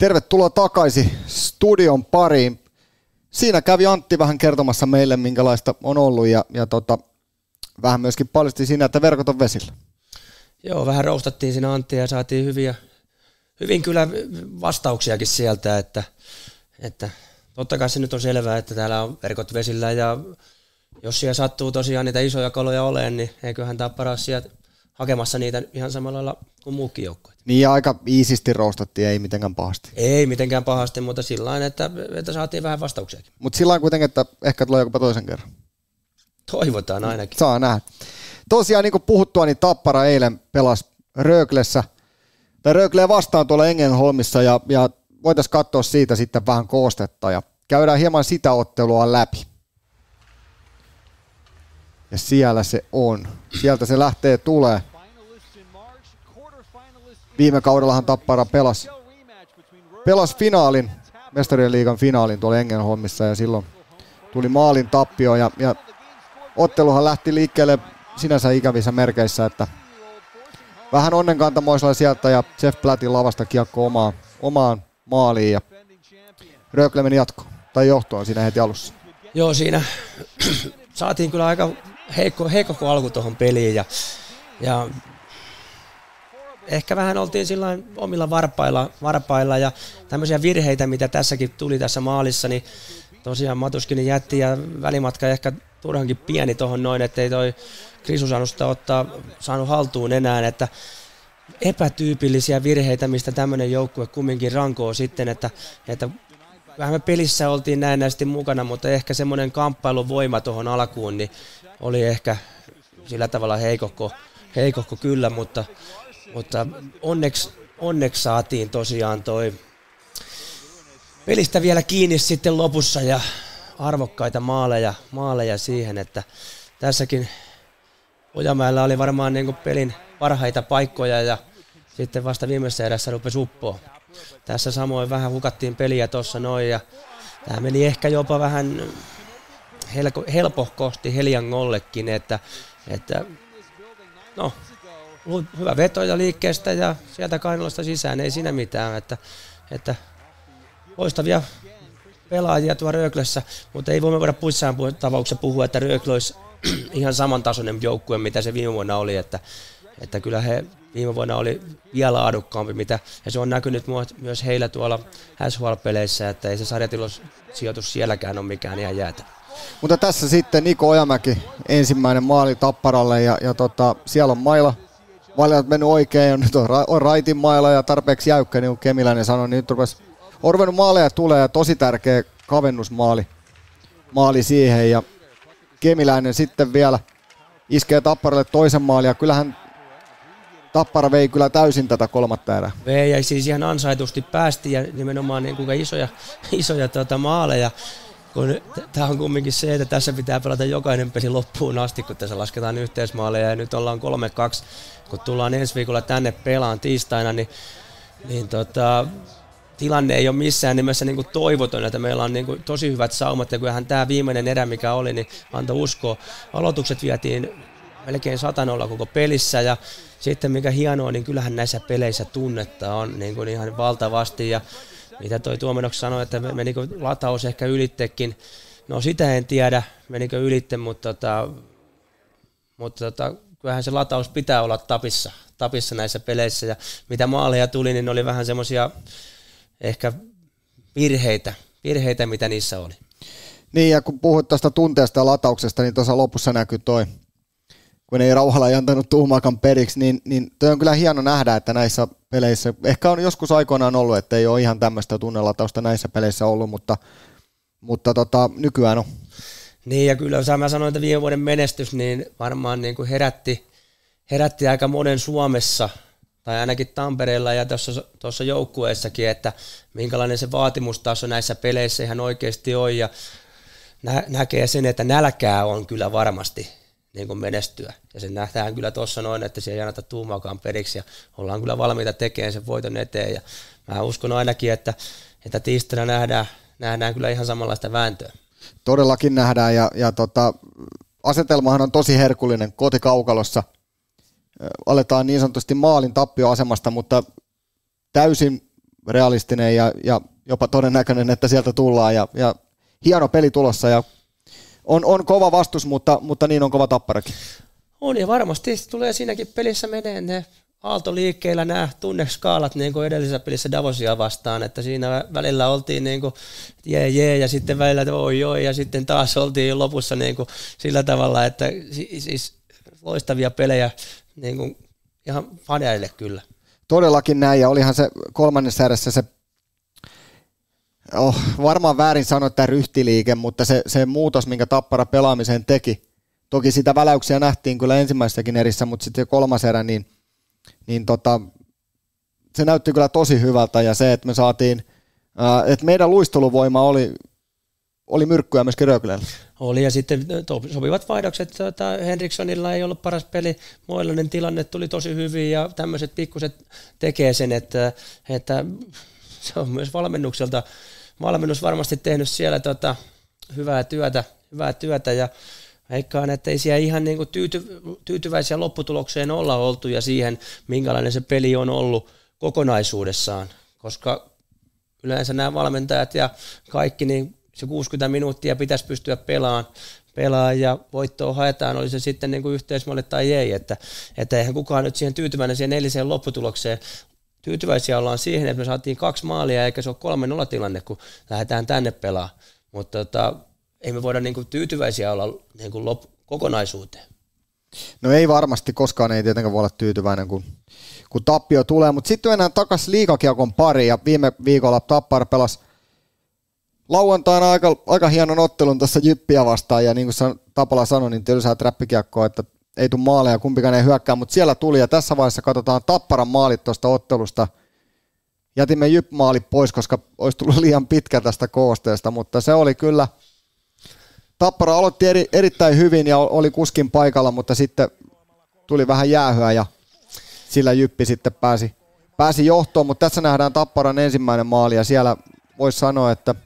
Tervetuloa takaisin studion pariin. Siinä kävi Antti vähän kertomassa meille, minkälaista on ollut ja vähän myöskin paljasti siinä, että verkot on vesillä. Joo, vähän roustattiin siinä Anttia ja saatiin hyvin kyllä vastauksiakin sieltä, että totta kai se nyt on selvää, että täällä on verkot vesillä ja jos siellä sattuu tosiaan niitä isoja kaloja olemaan, niin eiköhän Tappara sieltä hakemassa niitä ihan samalla lailla kuin muukin joukkueet. Niin ja aika iisisti roustattiin, ei mitenkään pahasti. Ei mitenkään pahasti, mutta sillä lailla, että saatiin vähän vastauksiakin. Mutta sillä lailla kuitenkin, että ehkä tulee jopa toisen kerran. Toivotaan ainakin. Saa nähdä. Tosiaan niin kuin puhuttua, niin Tappara eilen pelasi Rögleä vastaan tuolla Engenholmissa ja voitaisiin katsoa siitä sitten vähän koostetta ja käydään hieman sitä ottelua läpi. Ja siellä se on. Sieltä se lähtee tulee. Viime kaudellahan Tappara pelasi finaalin, Mestarien liigan finaalin tuolla Engenholmissa ja silloin tuli maalin tappio ja otteluhan lähti liikkeelle sinänsä ikävissä merkeissä, että vähän onnenkantamoisella sieltä ja Jeff Blattin lavasta kiekko omaan maaliin ja Rögle meni jatkoon tai johtoon siinä heti alussa. Joo, siinä saatiin kyllä aika heikko alku tuohon peliin ja ehkä vähän oltiin sillain omilla varpailla ja tämmöisiä virheitä, mitä tässäkin tuli tässä maalissa, niin tosiaan Matuskinen jätti ja välimatka ehkä turhankin pieni tuohon noin, ettei toi Krisu saanut haltuun enää, että epätyypillisiä virheitä, mistä tämmöinen joukkue kumminkin rankoo sitten, että vähän me pelissä oltiin näennäisesti mukana, mutta ehkä semmoinen kamppailun voima tuohon alkuun niin oli ehkä sillä tavalla heikohko kyllä, mutta onneksi saatiin tosiaan toi pelistä vielä kiinni sitten lopussa ja arvokkaita maaleja siihen, että tässäkin Ojamäellä oli varmaan niin kuin pelin parhaita paikkoja ja sitten vasta viimeisessä erässä rupesi uppoa. Tässä samoin vähän hukattiin peliä tuossa noin ja tämä meni ehkä jopa vähän helpohkosti Heliangollekin, että no, hyvä veto ja liikkeestä ja sieltä kainalosta sisään, ei siinä mitään, että loistavia pelaajia tuo Röglessä, mutta ei voida puissaan tapauksessa puhua, että Rögle olisi ihan samantasoinen joukkue, mitä se viime vuonna oli, että kyllä he viime vuonna oli vielä laadukkaampi, ja se on näkynyt myös heillä tuolla SHL-peleissä, että ei se sarjatiloussijoitus sielläkään ole mikään ihan jäätä. Mutta tässä sitten Niko Ojamäki, ensimmäinen maali Tapparalle ja siellä on maila. Valinnat mennyt oikein ja nyt on raitin maila ja tarpeeksi jäykkä, niin kuin Kemiläinen sanoi, niin nyt on ruvennut maaleja tulee ja tosi tärkeä kavennusmaali siihen ja Kemiläinen sitten vielä iskee Tapparalle toisen maalin ja kyllähän Tappara vei kyllä täysin tätä kolmatta erää. Vei ja siis ihan ansaitusti päästi ja nimenomaan niin kuin isoja maaleja. Tämä on kumminkin se, että tässä pitää pelata jokainen peli loppuun asti, kun tässä lasketaan yhteismaaleja ja nyt ollaan 3-2, kun tullaan ensi viikolla tänne pelaan tiistaina, niin tilanne ei ole missään nimessä niin kuin toivoton, että meillä on niin kuin tosi hyvät saumat ja kyllähän tämä viimeinen erä, mikä oli, niin antoi uskoa. Aloitukset vietiin melkein 100-0 koko pelissä ja sitten mikä hienoa, niin kyllähän näissä peleissä tunnetta on niin kuin ihan valtavasti ja mitä toi Tuomenoksi sanoi, että menikö lataus ehkä ylittekin. No sitä en tiedä, menikö ylitte, mutta kyllähän se lataus pitää olla tapissa näissä peleissä. Ja mitä maaleja tuli, niin oli vähän semmoisia ehkä virheitä, mitä niissä oli. Niin ja kun puhuit tuosta tunteesta ja latauksesta, niin tuossa lopussa näkyy toi, kun ei Rauhala ei antanut tuumaakaan periksi, niin toi on kyllä hieno nähdä, että näissä peleissä, ehkä on joskus aikoinaan ollut, että ei ole ihan tämmöistä tunnelatausta näissä peleissä ollut, mutta nykyään on. Niin ja kyllä mä sanoin, että viime vuoden menestys niin varmaan niin kuin herätti aika monen Suomessa, tai ainakin Tampereella ja tuossa joukkueessakin, että minkälainen se vaatimustaso näissä peleissä ihan oikeasti on ja näkee sen, että nälkää on kyllä varmasti niin kuin menestyä. Ja se nähdään kyllä tuossa noin, että siellä ei anneta tuumaakaan periksi ja ollaan kyllä valmiita tekemään sen voiton eteen. Ja mä uskon ainakin, että tiistaina nähdään kyllä ihan samanlaista vääntöä. Todellakin nähdään ja asetelmahan on tosi herkullinen kotikaukalossa. Aletaan niin sanotusti maalin tappioasemasta, mutta täysin realistinen ja jopa todennäköinen, että sieltä tullaan ja hieno peli tulossa ja on kova vastus, mutta niin on kova Tapparakin. On ja varmasti tulee siinäkin pelissä menee ne aaltoliikkeillä nämä tunneskaalat niin kuin edellisessä pelissä Davosia vastaan, että siinä välillä oltiin niin kuin jee ja sitten välillä oi ja sitten taas oltiin lopussa niin kuin sillä tavalla, että siis loistavia pelejä niin kuin ihan faneille kyllä. Todellakin näin ja olihan se kolmannessa erässä se varmaan väärin sanoa tämä ryhtiliike, mutta se muutos, minkä Tappara pelaamiseen teki, toki sitä väläyksiä nähtiin kyllä ensimmäisessäkin erissä, mutta sitten se kolmas erä, niin se näytti kyllä tosi hyvältä ja se, että me saatiin, että meidän luisteluvoima oli myrkkyä myöskin Rögleellä. Oli ja sitten sopivat vaihdokset, Henrikssonilla ei ollut paras peli, Moilanen tilanne tuli tosi hyvin ja tämmöiset pikkuset tekee sen, että se on myös valmennus varmasti tehnyt siellä hyvää työtä ja veikkaan, että ei siellä ihan niin kuin tyytyväisiä lopputulokseen olla oltu ja siihen, minkälainen se peli on ollut kokonaisuudessaan, koska yleensä nämä valmentajat ja kaikki, niin se 60 minuuttia pitäisi pystyä pelaamaan ja voittoa haetaan, oli se sitten niin kuin yhteismaali tai ei, että eihän kukaan nyt siihen tyytyväinen siihen 4 lopputulokseen. Tyytyväisiä ollaan siihen, että me saatiin 2 maalia eikä se ole 3-0 tilanne, kun lähdetään tänne pelaamaan, mutta ei me voida niin kuin tyytyväisiä olla niin kuin kokonaisuuteen. No ei varmasti, koskaan ei tietenkään voi olla tyytyväinen, kun tappio tulee, mutta sitten mennään takaisin liigakiekon pariin ja viime viikolla Tappara pelasi lauantaina aika hienon ottelun tässä Jyppiä vastaan ja niin kuin Tapala sanoi, niin tylsää träppikiekkoa, että ei tule maaleja, kumpikaan ei hyökkää, mutta siellä tuli ja tässä vaiheessa katsotaan Tapparan maalit tuosta ottelusta. Jätimme Jyp-maalit pois, koska olisi tullut liian pitkä tästä koosteesta, mutta se oli kyllä, Tappara aloitti erittäin hyvin ja oli kuskin paikalla, mutta sitten tuli vähän jäähyä ja sillä Jyppi sitten pääsi johtoon, mutta tässä nähdään Tapparan ensimmäinen maali ja siellä voisi sanoa, että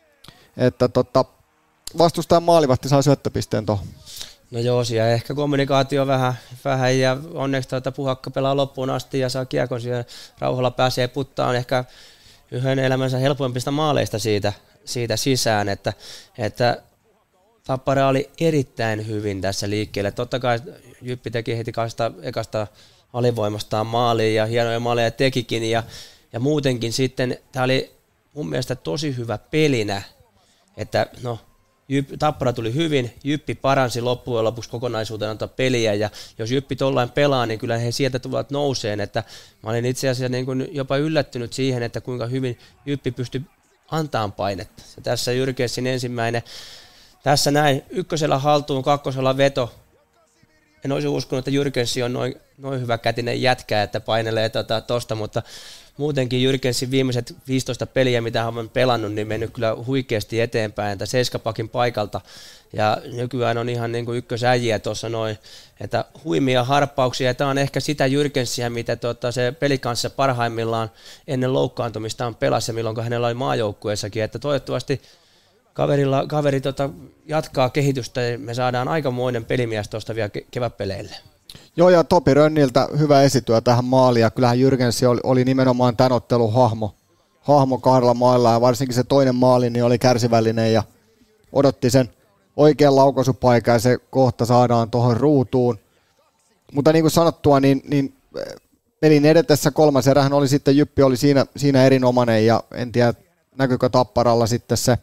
vastustajan maalivahti saa syöttöpisteen tuohon. No joo, siellä ehkä kommunikaatio vähän ja onneksi Puhakka pelaa loppuun asti ja saa kiekon siellä rauhalla pääsee puttaan ehkä yhden elämänsä helpoimpista maaleista siitä sisään, että Tappara oli erittäin hyvin tässä liikkeelle. Totta kai Jyppi teki heti ekasta alivoimastaan maaliin ja hienoja maaleja tekikin ja muutenkin sitten tämä oli mun mielestä tosi hyvä pelinä, että no Tappara tuli hyvin, Jyppi paransi loppujen lopuksi kokonaisuutena peliä ja jos Jyppi tollain pelaa, niin kyllä he sieltä tulevat nouseen, että mä olin itse asiassa niin kuin jopa yllättynyt siihen, että kuinka hyvin Jyppi pystyi antamaan painetta. Ja tässä Jyrkessin ensimmäinen, tässä näin ykkösellä haltuun, kakkosella veto. En olisi uskonut, että Jyrkenssi on noin hyvä kätinen jätkä, että painelee tosta, mutta muutenkin Jyrkenssin viimeiset 15 peliä, mitä hän on pelannut, niin mennyt kyllä huikeasti eteenpäin, että seiskapakin paikalta. Ja nykyään on ihan niin kuin ykkösäjiä tuossa noin, että huimia harppauksia. Tämä on ehkä sitä Jyrkenssiä, mitä se pelikanssa parhaimmillaan ennen loukkaantumistaan pelasi, milloin hänellä oli maajoukkueessakin. Että toivottavasti kaveri jatkaa kehitystä ja me saadaan aikamoinen pelimies tuosta vielä kevätpeleille. Joo, ja Topi Rönniltä hyvä esityö tähän maaliin, ja kyllähän Jyrgenssi oli nimenomaan tämän ottelun hahmo kahdella mailla, ja varsinkin se toinen maali niin oli kärsivällinen, ja odotti sen oikean laukaisupaikan, ja se kohta saadaan tuohon ruutuun. Mutta niin kuin sanottua, niin pelin edetessä kolmas erähän oli sitten, Jyppi oli siinä erinomainen, ja en tiedä, näkyykö Tapparalla sitten se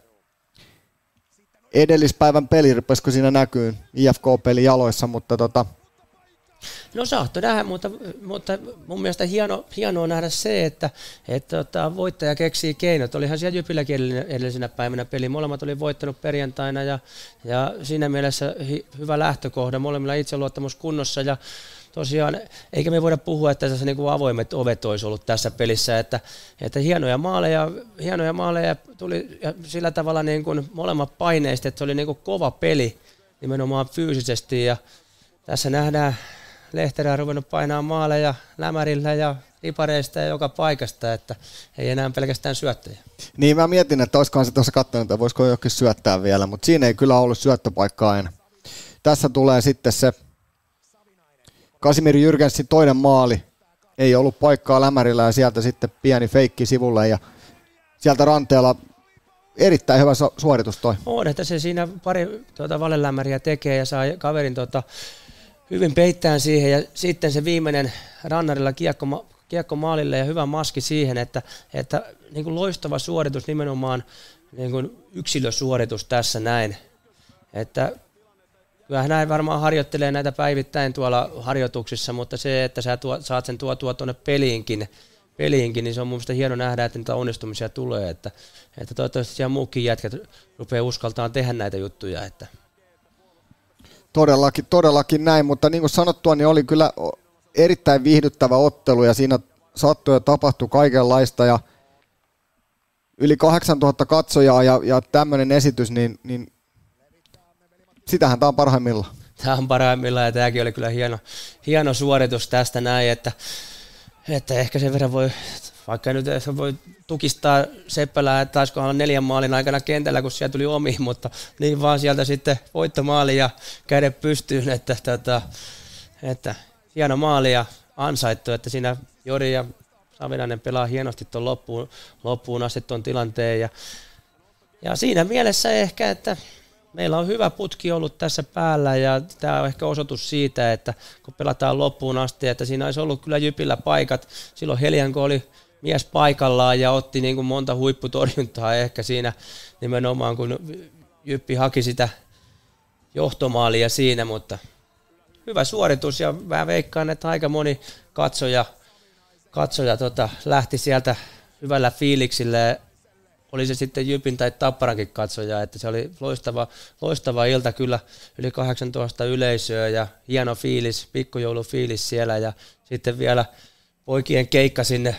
edellispäivän peli, rupesiko siinä näkyy IFK-peli jaloissa, mutta No saattoi nähdä, mutta mun mielestä hienoa nähdä se, että voittaja keksii keinot. Olihan siellä Jypilläkin edellisenä päivänä peli. Molemmat oli voittanut perjantaina ja siinä mielessä hyvä lähtökohda. Molemmilla itseluottamus kunnossa ja tosiaan, eikä me voida puhua, että tässä niinku avoimet ovet olisi ollut tässä pelissä, että hienoja maaleja tuli ja sillä tavalla niin kuin molemmat paineista, että se oli niinku kova peli nimenomaan fyysisesti ja tässä nähdään Lehterä on ruvennut painaa maaleja lämärillä ja ripareista ja joka paikasta, että ei enää pelkästään syöttäjä. Niin mä mietin, että olisikohan se tuossa katsonut, että voisiko jokin syöttää vielä, mutta siinä ei kyllä ollut syöttöpaikkaa aina. Tässä tulee sitten se Kasimir Jyrgenssin toinen maali ei ollut paikkaa lämärillä ja sieltä sitten pieni feikki sivulle ja sieltä ranteella erittäin hyvä suoritus toi. On, että se siinä pari valelämäriä tekee ja saa kaverin hyvin peittään siihen ja sitten se viimeinen rannarilla kiekko maalille ja hyvä maski siihen, että niin kuin loistava suoritus nimenomaan niin kuin yksilösuoritus tässä näin, että kyllähän näin varmaan harjoittelee näitä päivittäin tuolla harjoituksissa, mutta se, että sä saat sen tuotua tuonne peliinkin, niin se on mun mielestä hieno nähdä, että niitä onnistumisia tulee, että toivottavasti siellä muukin jätkät rupeaa uskaltaan tehdä näitä juttuja. Että. Todellakin näin, mutta niin kuin sanottua, niin oli kyllä erittäin viihdyttävä ottelu ja siinä sattui ja tapahtui kaikenlaista ja yli 8000 katsojaa ja tämmöinen esitys, niin sitähän tämä on parhaimmillaan. Tämä on parhaimmillaan ja tämäkin oli kyllä hieno suoritus tästä näin, että ehkä sen verran voi, vaikka nyt voi tukistaa Seppälää, että taisikohan olla 4 maalin aikana kentällä, kun siellä tuli omi, mutta niin vaan sieltä sitten voittomaali ja kädet pystyyn, että hieno maali ja ansaittu, että siinä Jori ja Savinainen pelaa hienosti tuon loppuun asti tuon tilanteen ja siinä mielessä ehkä, että meillä on hyvä putki ollut tässä päällä ja tämä on ehkä osoitus siitä, että kun pelataan loppuun asti, että siinä olisi ollut kyllä Jypillä paikat. Silloin Helianko oli mies paikallaan ja otti niin kuin monta huipputorjuntaa ehkä siinä nimenomaan, kun Jyppi haki sitä johtomaalia siinä, mutta hyvä suoritus ja mä veikkaan, että aika moni katsoja lähti sieltä hyvällä fiiliksillä. Oli se sitten Jypin tai Tapparankin katsoja, että se oli loistava ilta kyllä, yli 18 yleisöä ja hieno fiilis, pikkujoulufiilis siellä ja sitten vielä poikien keikka sinne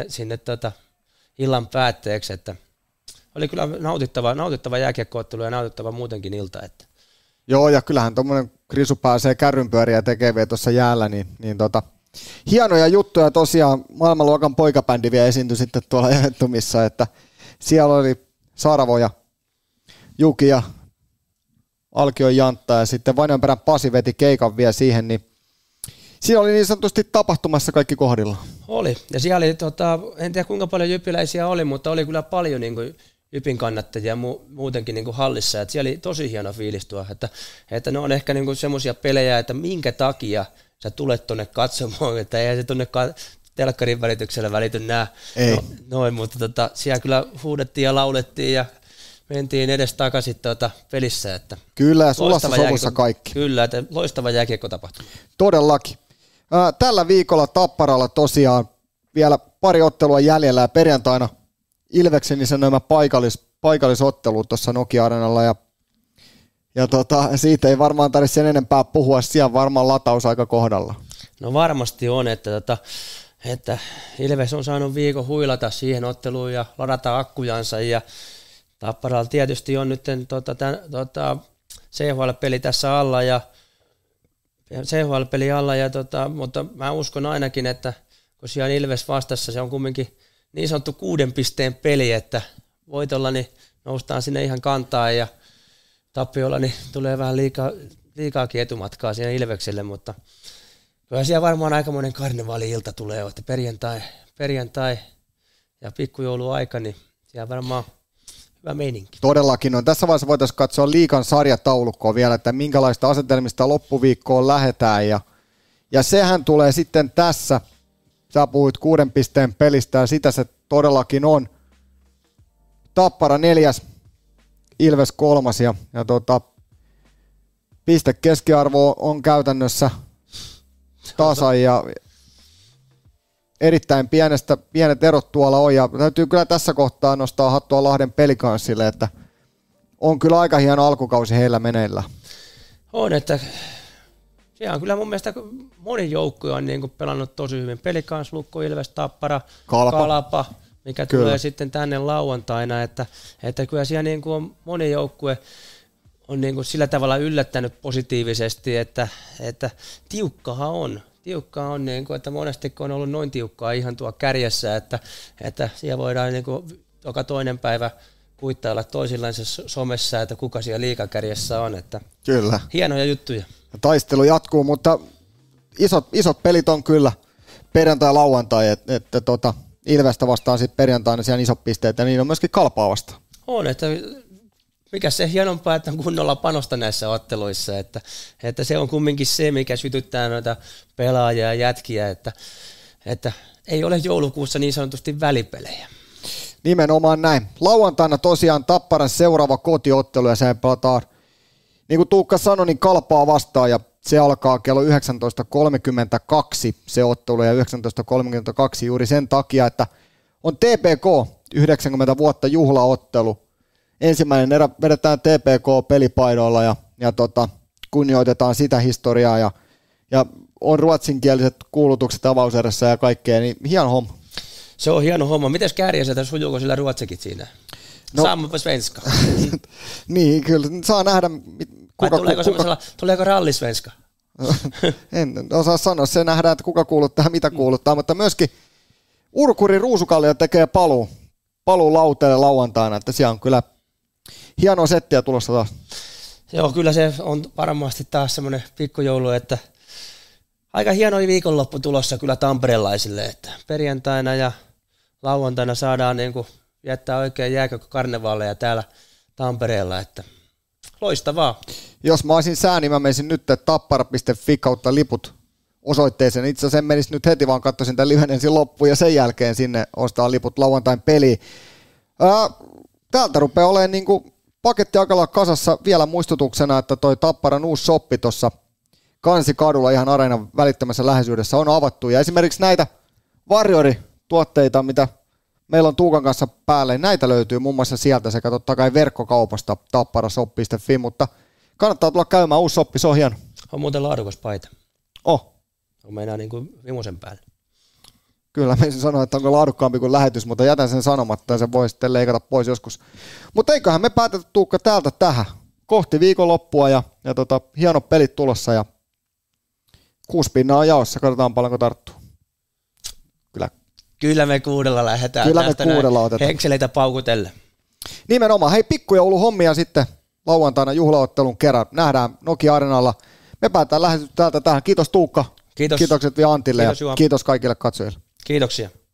illan päätteeksi, että oli kyllä nautittava jääkiekkoottelu ja nautittava muutenkin ilta. Että. Joo ja kyllähän tuommoinen Krisu pääsee kärrynpyöriä tekevää tuossa jäällä, niin hienoja juttuja tosiaan, maailmanluokan poikabändi vielä esiintyi sitten tuolla Eventumissa, että siellä oli Sarvo ja Juki ja Alkion Jantta ja sitten Vainionperän Pasi veti keikan vielä siihen, niin siinä oli niin sanotusti tapahtumassa kaikki kohdilla. Oli, ja siellä oli, en tiedä kuinka paljon jypiläisiä oli, mutta oli kyllä paljon niin kuin Jypin kannattajia muutenkin niin kuin hallissa, että siellä oli tosi hieno fiilistua, että ne on ehkä niin kuin semmoisia pelejä, että minkä takia sä tulet tuonne katsomaan, että ei se tuonne telkkarin välityksellä välity nää noin, mutta siellä kyllä huudettiin ja laulettiin ja mentiin edes takaisin pelissä. Että kyllä, ja sulassa sovussa kaikki. Kyllä, että loistava jääkiekko tapahtui. Todellakin. Tällä viikolla Tapparalla tosiaan vielä pari ottelua jäljellä ja perjantaina Ilveksen isännöimä paikallisottelu tuossa Nokia-arenalla ja siitä ei varmaan tarvitse sen enempää puhua, siellä varmaan lataus aika kohdalla. No varmasti on, että Ilves on saanut viikon huilata siihen otteluun ja ladata akkujansa ja Tapparalla tietysti on nyt CHL-peli tässä alla mutta mä uskon ainakin, että kun siellä on Ilves vastassa, se on kumminkin niin sanottu 6 pisteen peli, että voitolla niin noustaan sinne ihan kantaan ja tappiolla niin tulee vähän liikaakin etumatkaa siinä Ilvekselle, mutta kyllä siellä varmaan aikamoinen karnevaali-ilta tulee, että perjantai ja pikkujouluaika, niin siellä varmaan hyvä meininki. Todellakin on. Tässä vaiheessa voitaisiin katsoa liigan sarjataulukkoa vielä, että minkälaista asetelmista loppuviikkoon lähdetään ja sehän tulee sitten tässä. Sä puhuit 6 pisteen pelistä ja sitä se todellakin on. Tappara 4, Ilves 3 ja piste keskiarvo on käytännössä tasan ja erittäin pienet erot tuolla on ja täytyy kyllä tässä kohtaa nostaa hattua Lahden Pelicansille, että on kyllä aika hieno alkukausi heillä meneillä. On, että siellä on kyllä mun mielestä moni joukkue on niin kuin pelannut tosi hyvin. Pelicans, Lukko, Ilves, Tappara, Kalpa, mikä kyllä tulee sitten tänne lauantaina, että kyllä siellä niin kuin on moni joukkue on niin kuin sillä tavalla yllättänyt positiivisesti, että tiukkahan on. Tiukkaa on, niin kuin, että monesti on ollut noin tiukkaa ihan tuo kärjessä, että siellä voidaan niin kuin joka toinen päivä kuittailla toisillansa somessa, että kuka siellä liigakärjessä on. Että kyllä. Hienoja juttuja. Taistelu jatkuu, mutta isot pelit on kyllä perjantai-lauantai, että Ilvestä vastaan sitten perjantaina siellä isot pisteet, ja niin on myöskin Kalpaa vastaan. On, että mikä se hienompaa, että on kunnolla panosta näissä otteluissa, että se on kumminkin se, mikä sytyttää noita pelaajia ja jätkiä, että ei ole joulukuussa niin sanotusti välipelejä. Nimenomaan näin. Lauantaina tosiaan Tapparan seuraava kotiottelu, ja se pelataan, niin kuin Tuukka sanoi, niin Kalpaa vastaan, ja se alkaa kello 19.32 se ottelu, ja 19.32 juuri sen takia, että on TPK 90 vuotta juhlaottelu. Ensimmäinen erä vedetään TPK-pelipaidoilla ja kunnioitetaan sitä historiaa, ja on ruotsinkieliset kuulutukset avauserässä ja kaikkea, niin hieno homma. Se on hieno homma. Mites Kärjäseltä sujuuko sillä ruotsikit siinä? No, saamme svenska. Niin, kyllä. Saa nähdä, tuleeko rallisvenska? En osaa sanoa. Se nähdään, että kuka kuuluttaa ja mitä kuuluttaa, mutta myöskin Urkuri Ruusukallio tekee paluu lauteelle lauantaina, että siellä on kyllä hienoa settiä tulossa taas. Joo, kyllä se on varmasti taas semmoinen pikkujoulu, että aika hieno viikonloppu tulossa kyllä tamperelaisille, että perjantaina ja lauantaina saadaan niin kuin viettää oikein jääkiekko-karnevaaleja täällä Tampereella, että loistavaa. Jos mä olisin sää, niin mä menisin nyt tappara.fi kautta liput osoitteeseen. Itse asiassa en menisi nyt heti, vaan katsoisin tämän liven ensin loppuun ja sen jälkeen sinne ostaa liput lauantain peliin. Täältä rupeaa olemaan niin kuin paketti aika kasassa vielä muistutuksena, että toi Tapparan uusi shoppi tuossa Kansikadulla ihan areenan välittömässä läheisyydessä on avattu. Ja esimerkiksi näitä Warrior-tuotteita, mitä meillä on Tuukan kanssa päälle, niin näitä löytyy muun muassa sieltä sekä totta kai verkkokaupasta tapparashop.fi, mutta kannattaa tulla käymään, uusi shoppi, se on hieno. On muuten laadukas paita. On meinaa niin kuin vimosen päälle. Kyllä, mä sanoa, että onko laadukkaampi kuin lähetys, mutta jätän sen sanomatta ja se voi sitten leikata pois joskus. Mutta eiköhän me päätetä Tuukka täältä tähän kohti viikonloppua ja hienot pelit tulossa ja 6 pinnaa on jaossa, katsotaan paljonko tarttuu. Kyllä me 6 lähdetään. Kyllä me 6 otetaan. Henkseleitä paukutelle. Nimenomaan. Hei, pikkujouluhommia sitten lauantaina juhlaottelun kerran. Nähdään Nokia-areenalla. Me päätetään lähetystä täältä tähän. Kiitos Tuukka. Kiitos. Kiitokset vielä Antille ja kiitos kaikille katsojille. Kiitoksia.